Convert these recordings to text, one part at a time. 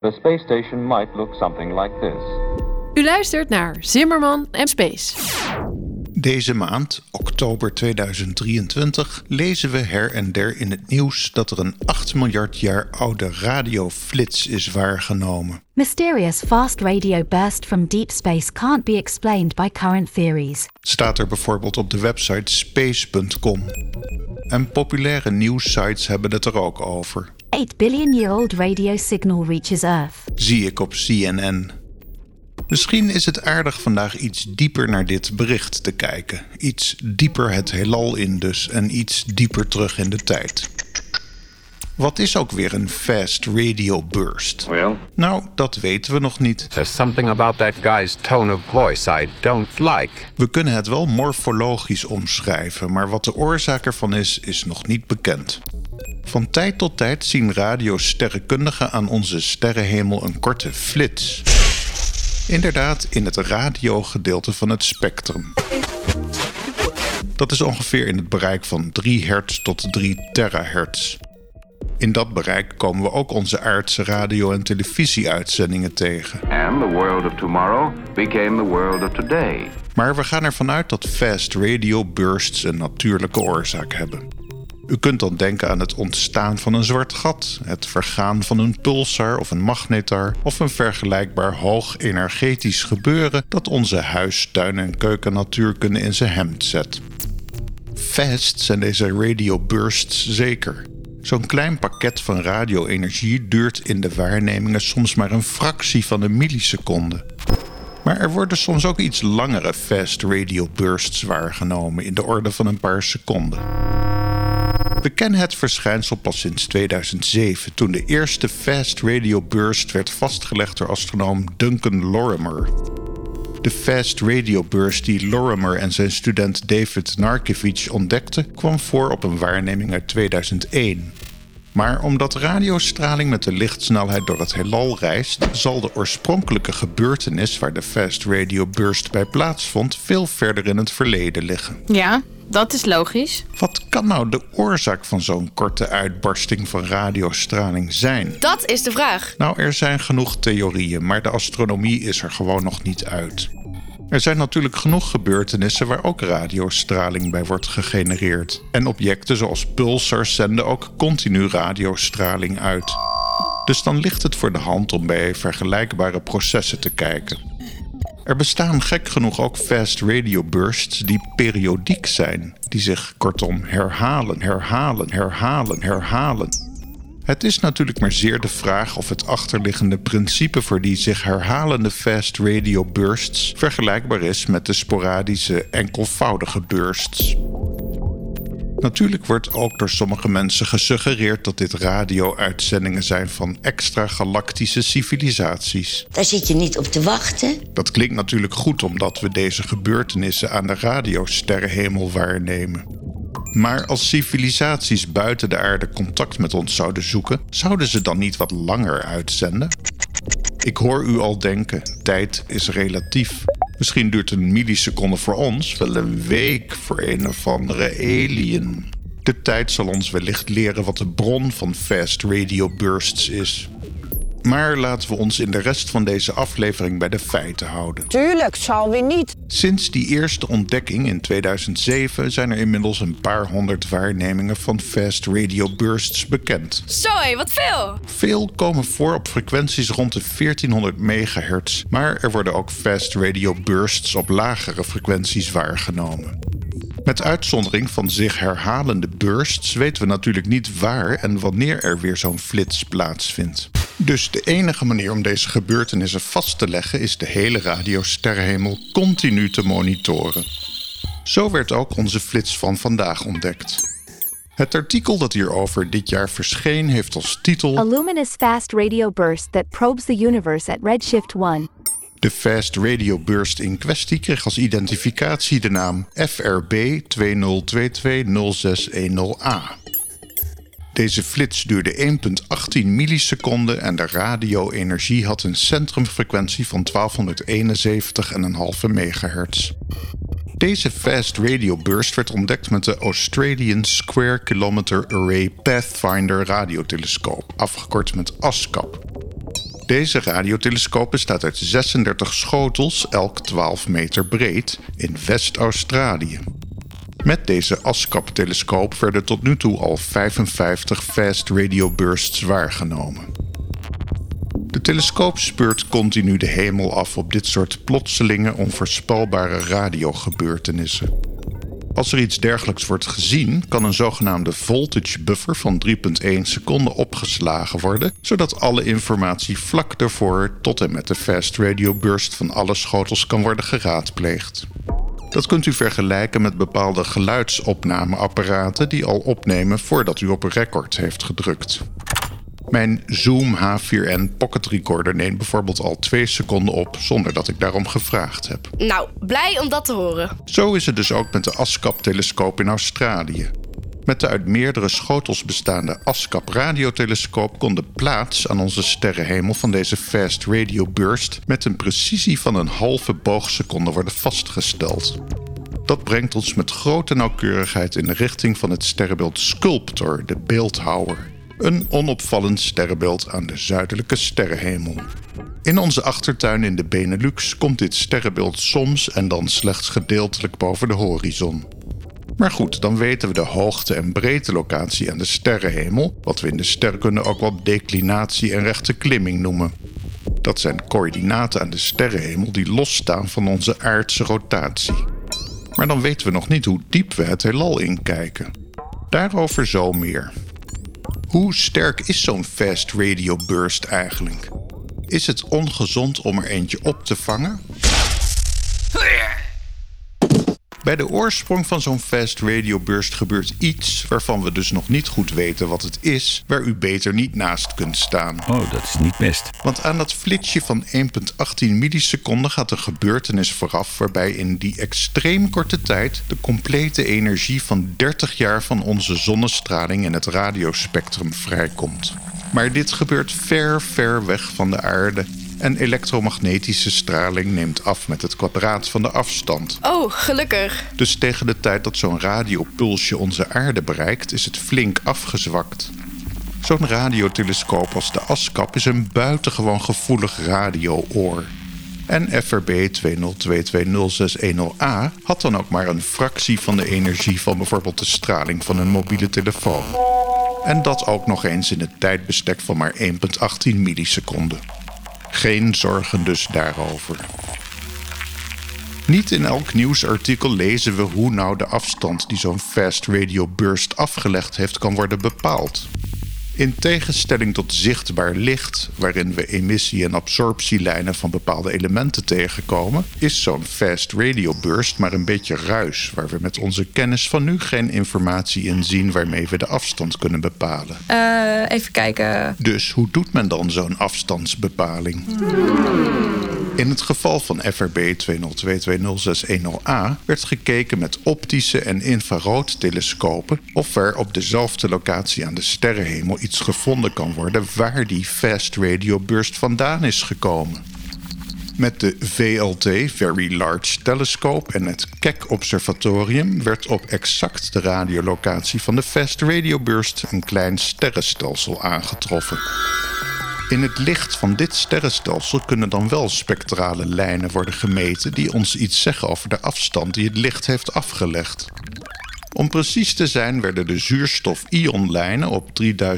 The space station might look something like this. U luistert naar Zimmerman en Space. Deze maand, oktober 2023, lezen we her en der in het nieuws dat er een 8 miljard jaar oude radioflits is waargenomen. Mysterious fast radio burst from deep space can't be explained by current theories. Staat er bijvoorbeeld op de website space.com. En populaire nieuwssites hebben het er ook over. 8 billion-year-old radio signal reaches Earth. Zie ik op CNN. Misschien is het aardig vandaag iets dieper naar dit bericht te kijken. Iets dieper het heelal in dus en iets dieper terug in de tijd. Wat is ook weer een fast radio burst? Well? Nou, dat weten we nog niet. There's something about that guy's tone of voice I don't like. We kunnen het wel morfologisch omschrijven, maar wat de oorzaak ervan is nog niet bekend. Van tijd tot tijd zien radiosterrenkundigen aan onze sterrenhemel een korte flits. Inderdaad, in het radiogedeelte van het spectrum. Dat is ongeveer in het bereik van 3 hertz tot 3 terahertz. In dat bereik komen we ook onze aardse radio- en televisieuitzendingen tegen. And the world of tomorrow became the world of today. Maar we gaan ervan uit dat fast radio bursts een natuurlijke oorzaak hebben. U kunt dan denken aan het ontstaan van een zwart gat, het vergaan van een pulsar of een magnetar of een vergelijkbaar hoog energetisch gebeuren dat onze huis-, tuin- en keukennatuurkunde in zijn hemd zet. Fast zijn deze radio bursts zeker. Zo'n klein pakket van radio-energie duurt in de waarnemingen soms maar een fractie van een milliseconde. Maar er worden soms ook iets langere fast radio bursts waargenomen in de orde van een paar seconden. We kennen het verschijnsel pas sinds 2007, toen de eerste fast radio burst werd vastgelegd door astronoom Duncan Lorimer. De fast radio burst die Lorimer en zijn student David Narkevich ontdekten, kwam voor op een waarneming uit 2001. Maar omdat radiostraling met de lichtsnelheid door het heelal reist, zal de oorspronkelijke gebeurtenis waar de fast radio burst bij plaatsvond veel verder in het verleden liggen. Ja, dat is logisch. Wat kan nou de oorzaak van zo'n korte uitbarsting van radiostraling zijn? Dat is de vraag. Nou, er zijn genoeg theorieën, maar de astronomie is er gewoon nog niet uit. Er zijn natuurlijk genoeg gebeurtenissen waar ook radiostraling bij wordt gegenereerd. En objecten zoals pulsars zenden ook continu radiostraling uit. Dus dan ligt het voor de hand om bij vergelijkbare processen te kijken. Er bestaan gek genoeg ook fast radio bursts die periodiek zijn. Die zich kortom herhalen. Het is natuurlijk maar zeer de vraag of het achterliggende principe voor die zich herhalende fast radio bursts vergelijkbaar is met de sporadische enkelvoudige bursts. Natuurlijk wordt ook door sommige mensen gesuggereerd dat dit radio-uitzendingen zijn van extragalactische civilisaties. Daar zit je niet op te wachten. Dat klinkt natuurlijk goed omdat we deze gebeurtenissen aan de radiosterrenhemel waarnemen. Maar als civilisaties buiten de aarde contact met ons zouden zoeken, zouden ze dan niet wat langer uitzenden? Ik hoor u al denken, tijd is relatief. Misschien duurt een milliseconde voor ons wel een week voor een of andere alien. De tijd zal ons wellicht leren wat de bron van fast radio bursts is. Maar laten we ons in de rest van deze aflevering bij de feiten houden. Tuurlijk, zal weer niet. Sinds die eerste ontdekking in 2007 zijn er inmiddels een paar honderd waarnemingen van fast radio bursts bekend. Zo hé, wat veel! Veel komen voor op frequenties rond de 1400 megahertz, maar er worden ook fast radio bursts op lagere frequenties waargenomen. Met uitzondering van zich herhalende bursts weten we natuurlijk niet waar en wanneer er weer zo'n flits plaatsvindt. Dus de enige manier om deze gebeurtenissen vast te leggen is de hele radiosterrenhemel continu te monitoren. Zo werd ook onze flits van vandaag ontdekt. Het artikel dat hierover dit jaar verscheen heeft als titel A luminous fast radio burst that probes the universe at redshift 1. De fast radio burst in kwestie kreeg als identificatie de naam FRB 20220610A. Deze flits duurde 1,18 milliseconden en de radio-energie had een centrumfrequentie van 1271,5 megahertz. Deze fast radio burst werd ontdekt met de Australian Square Kilometer Array Pathfinder radiotelescoop, afgekort met ASCAP. Deze radiotelescoop bestaat uit 36 schotels, elk 12 meter breed, in West-Australië. Met deze ASCAP-telescoop werden tot nu toe al 55 fast radio bursts waargenomen. De telescoop speurt continu de hemel af op dit soort plotselinge, onvoorspelbare radiogebeurtenissen. Als er iets dergelijks wordt gezien, kan een zogenaamde voltage buffer van 3,1 seconden opgeslagen worden, zodat alle informatie vlak daarvoor tot en met de fast radio burst van alle schotels kan worden geraadpleegd. Dat kunt u vergelijken met bepaalde geluidsopnameapparaten die al opnemen voordat u op record heeft gedrukt. Mijn Zoom H4n Pocket Recorder neemt bijvoorbeeld al 2 seconden op zonder dat ik daarom gevraagd heb. Nou, blij om dat te horen. Zo is het dus ook met de ASCAP-telescoop in Australië. Met de uit meerdere schotels bestaande ASCAP-radiotelescoop kon de plaats aan onze sterrenhemel van deze fast radio burst met een precisie van een halve boogseconde worden vastgesteld. Dat brengt ons met grote nauwkeurigheid in de richting van het sterrenbeeld Sculptor, de beeldhouwer. Een onopvallend sterrenbeeld aan de zuidelijke sterrenhemel. In onze achtertuin in de Benelux komt dit sterrenbeeld soms en dan slechts gedeeltelijk boven de horizon. Maar goed, dan weten we de hoogte- en breedtelocatie aan de sterrenhemel, wat we in de sterrenkunde ook wel declinatie en rechte klimming noemen. Dat zijn coördinaten aan de sterrenhemel die losstaan van onze aardse rotatie. Maar dan weten we nog niet hoe diep we het heelal inkijken. Daarover zo meer. Hoe sterk is zo'n fast radio burst eigenlijk? Is het ongezond om er eentje op te vangen? Bij de oorsprong van zo'n fast radio burst gebeurt iets waarvan we dus nog niet goed weten wat het is, waar u beter niet naast kunt staan. Oh, dat is niet best. Want aan dat flitsje van 1,18 milliseconden gaat een gebeurtenis vooraf waarbij in die extreem korte tijd de complete energie van 30 jaar van onze zonnestraling in het radiospectrum vrijkomt. Maar dit gebeurt ver weg van de aarde. En elektromagnetische straling neemt af met het kwadraat van de afstand. Oh, gelukkig. Dus tegen de tijd dat zo'n radiopulsje onze aarde bereikt, is het flink afgezwakt. Zo'n radiotelescoop als de ASCAP is een buitengewoon gevoelig radio-oor. En FRB 20220610A had dan ook maar een fractie van de energie van bijvoorbeeld de straling van een mobiele telefoon. En dat ook nog eens in het tijdbestek van maar 1,18 milliseconden. Geen zorgen dus daarover. Niet in elk nieuwsartikel lezen we hoe nou de afstand die zo'n fast radio burst afgelegd heeft kan worden bepaald. In tegenstelling tot zichtbaar licht, waarin we emissie- en absorptielijnen van bepaalde elementen tegenkomen, is zo'n fast radio burst maar een beetje ruis, waar we met onze kennis van nu geen informatie in zien waarmee we de afstand kunnen bepalen. Even kijken. Dus hoe doet men dan zo'n afstandsbepaling? In het geval van FRB 20220610A werd gekeken met optische en infraroodtelescopen of er op dezelfde locatie aan de sterrenhemel iets gevonden kan worden waar die fast radio burst vandaan is gekomen. Met de VLT, Very Large Telescope, en het Keck-observatorium werd op exact de radiolocatie van de fast radio burst een klein sterrenstelsel aangetroffen. In het licht van dit sterrenstelsel kunnen dan wel spectrale lijnen worden gemeten die ons iets zeggen over de afstand die het licht heeft afgelegd. Om precies te zijn werden de zuurstof-ionlijnen op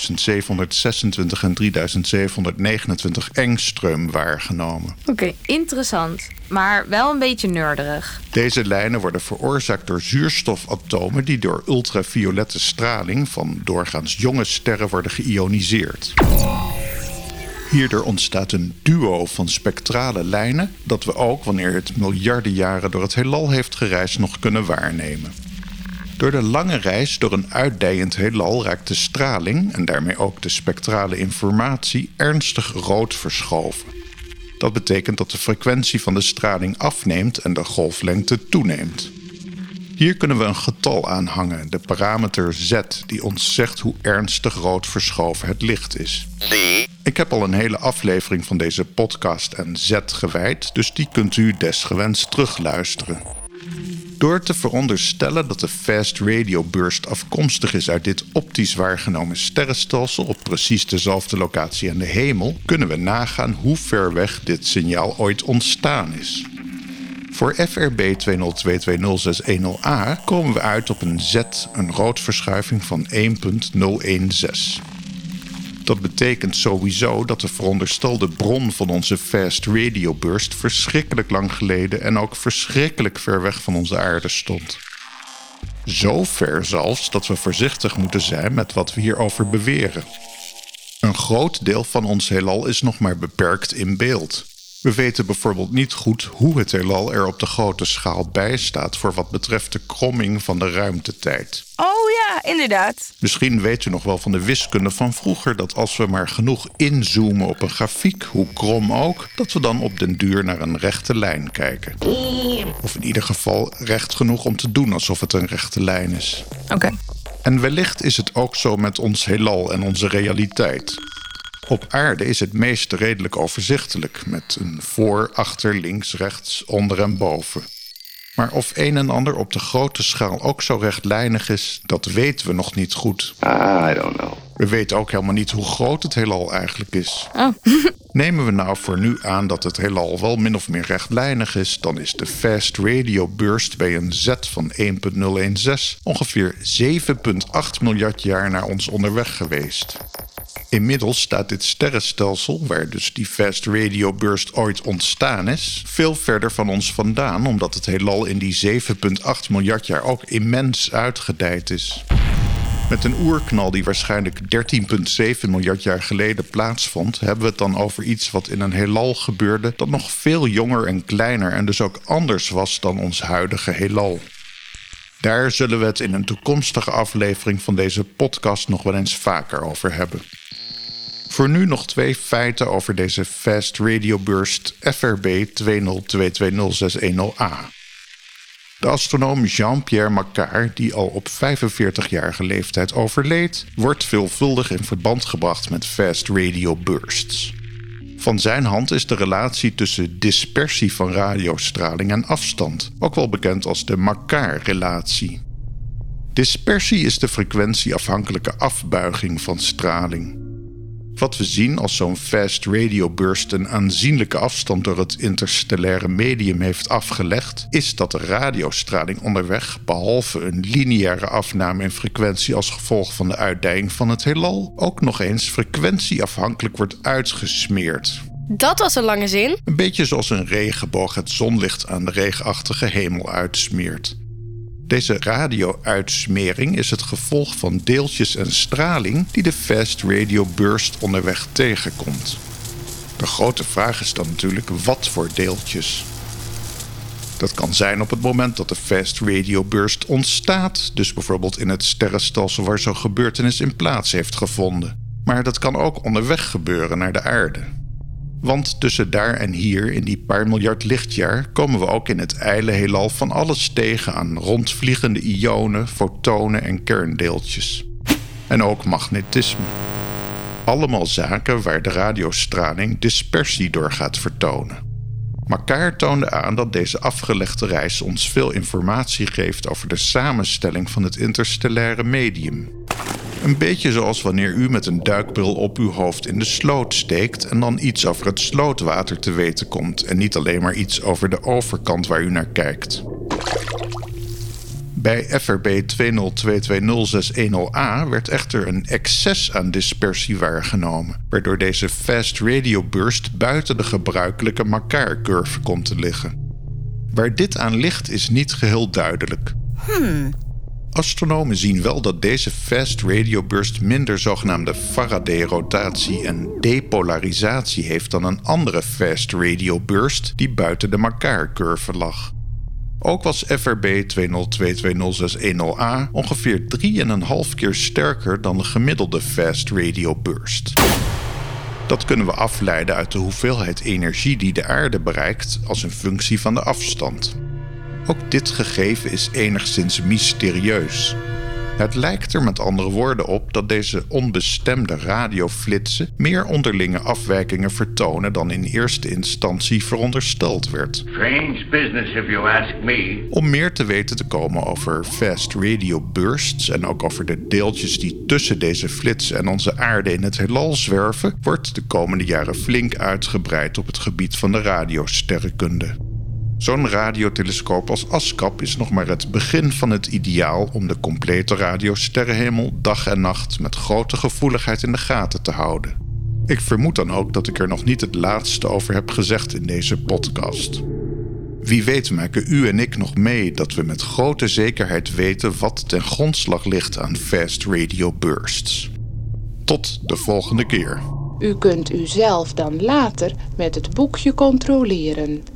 3726 en 3729 engström waargenomen. Oké, interessant. Maar wel een beetje nerderig. Deze lijnen worden veroorzaakt door zuurstofatomen die door ultraviolette straling van doorgaans jonge sterren worden geïoniseerd. Hierdoor ontstaat een duo van spectrale lijnen dat we ook, wanneer het miljarden jaren door het heelal heeft gereisd, nog kunnen waarnemen. Door de lange reis door een uitdijend heelal raakt de straling, en daarmee ook de spectrale informatie, ernstig rood verschoven. Dat betekent dat de frequentie van de straling afneemt en de golflengte toeneemt. Hier kunnen we een getal aanhangen, de parameter Z, die ons zegt hoe ernstig rood verschoven het licht is. Ik heb al een hele aflevering van deze podcast aan Z gewijd, dus die kunt u desgewenst terugluisteren. Door te veronderstellen dat de Fast Radio Burst afkomstig is uit dit optisch waargenomen sterrenstelsel op precies dezelfde locatie aan de hemel, kunnen we nagaan hoe ver weg dit signaal ooit ontstaan is. Voor FRB 20220610A komen we uit op een Z, een roodverschuiving van 1.016. Dat betekent sowieso dat de veronderstelde bron van onze Fast Radio Burst verschrikkelijk lang geleden en ook verschrikkelijk ver weg van onze aarde stond. Zo ver zelfs dat we voorzichtig moeten zijn met wat we hierover beweren. Een groot deel van ons heelal is nog maar beperkt in beeld. We weten bijvoorbeeld niet goed hoe het heelal er op de grote schaal bij staat voor wat betreft de kromming van de ruimtetijd. Oh ja, inderdaad. Misschien weet u nog wel van de wiskunde van vroeger dat als we maar genoeg inzoomen op een grafiek, hoe krom ook, dat we dan op den duur naar een rechte lijn kijken. Of in ieder geval recht genoeg om te doen alsof het een rechte lijn is. Oké. En wellicht is het ook zo met ons heelal en onze realiteit. Op aarde is het meest redelijk overzichtelijk, met een voor, achter, links, rechts, onder en boven. Maar of een en ander op de grote schaal ook zo rechtlijnig is, dat weten we nog niet goed. I don't know. We weten ook helemaal niet hoe groot het heelal eigenlijk is. Oh. Nemen we nou voor nu aan dat het heelal wel min of meer rechtlijnig is, dan is de Fast Radio Burst bij een Z van 1.016 ongeveer 7,8 miljard jaar naar ons onderweg geweest. Inmiddels staat dit sterrenstelsel, waar dus die Fast Radio Burst ooit ontstaan is, veel verder van ons vandaan, omdat het heelal in die 7,8 miljard jaar ook immens uitgedijd is. Met een oerknal die waarschijnlijk 13,7 miljard jaar geleden plaatsvond, hebben we het dan over iets wat in een heelal gebeurde dat nog veel jonger en kleiner en dus ook anders was dan ons huidige heelal. Daar zullen we het in een toekomstige aflevering van deze podcast nog wel eens vaker over hebben. Voor nu nog 2 feiten over deze Fast Radio Burst FRB 20220610A. De astronoom Jean-Pierre Macquart, die al op 45-jarige leeftijd overleed, wordt veelvuldig in verband gebracht met Fast Radio Bursts. Van zijn hand is de relatie tussen dispersie van radiostraling en afstand, ook wel bekend als de Macquart-relatie. Dispersie is de frequentieafhankelijke afbuiging van straling. Wat we zien als zo'n Fast Radio Burst een aanzienlijke afstand door het interstellaire medium heeft afgelegd, is dat de radiostraling onderweg, behalve een lineaire afname in frequentie als gevolg van de uitdijing van het heelal, ook nog eens frequentieafhankelijk wordt uitgesmeerd. Dat was een lange zin. Een beetje zoals een regenboog het zonlicht aan de regenachtige hemel uitsmeert. Deze radio-uitsmering is het gevolg van deeltjes en straling die de Fast Radio Burst onderweg tegenkomt. De grote vraag is dan natuurlijk wat voor deeltjes. Dat kan zijn op het moment dat de Fast Radio Burst ontstaat, dus bijvoorbeeld in het sterrenstelsel waar zo'n gebeurtenis in plaats heeft gevonden. Maar dat kan ook onderweg gebeuren naar de aarde. Want tussen daar en hier, in die paar miljard lichtjaar, komen we ook in het ijle heelal van alles tegen aan rondvliegende ionen, fotonen en kerndeeltjes. En ook magnetisme. Allemaal zaken waar de radiostraling dispersie door gaat vertonen. Macquart toonde aan dat deze afgelegde reis ons veel informatie geeft over de samenstelling van het interstellaire medium. Een beetje zoals wanneer u met een duikbril op uw hoofd in de sloot steekt en dan iets over het slootwater te weten komt en niet alleen maar iets over de overkant waar u naar kijkt. Bij FRB 20220610A werd echter een excess aan dispersie waargenomen, waardoor deze Fast Radio Burst buiten de gebruikelijke Macquart-curve komt te liggen. Waar dit aan ligt is niet geheel duidelijk. Astronomen zien wel dat deze Fast Radio Burst minder zogenaamde Faraday-rotatie en depolarisatie heeft dan een andere Fast Radio Burst die buiten de Macquart-curve lag. Ook was FRB 20220610A ongeveer 3,5 keer sterker dan de gemiddelde Fast Radio Burst. Dat kunnen we afleiden uit de hoeveelheid energie die de aarde bereikt als een functie van de afstand. Ook dit gegeven is enigszins mysterieus. Het lijkt er met andere woorden op dat deze onbestemde radioflitsen meer onderlinge afwijkingen vertonen dan in eerste instantie verondersteld werd. Strange business if you ask me. Om meer te weten te komen over fast radio bursts en ook over de deeltjes die tussen deze flits en onze aarde in het heelal zwerven, wordt de komende jaren flink uitgebreid op het gebied van de radiosterrenkunde. Zo'n radiotelescoop als ASCAP is nog maar het begin van het ideaal om de complete radiosterrenhemel dag en nacht met grote gevoeligheid in de gaten te houden. Ik vermoed dan ook dat ik er nog niet het laatste over heb gezegd in deze podcast. Wie weet maken u en ik nog mee dat we met grote zekerheid weten wat ten grondslag ligt aan fast radio bursts. Tot de volgende keer. U kunt uzelf dan later met het boekje controleren.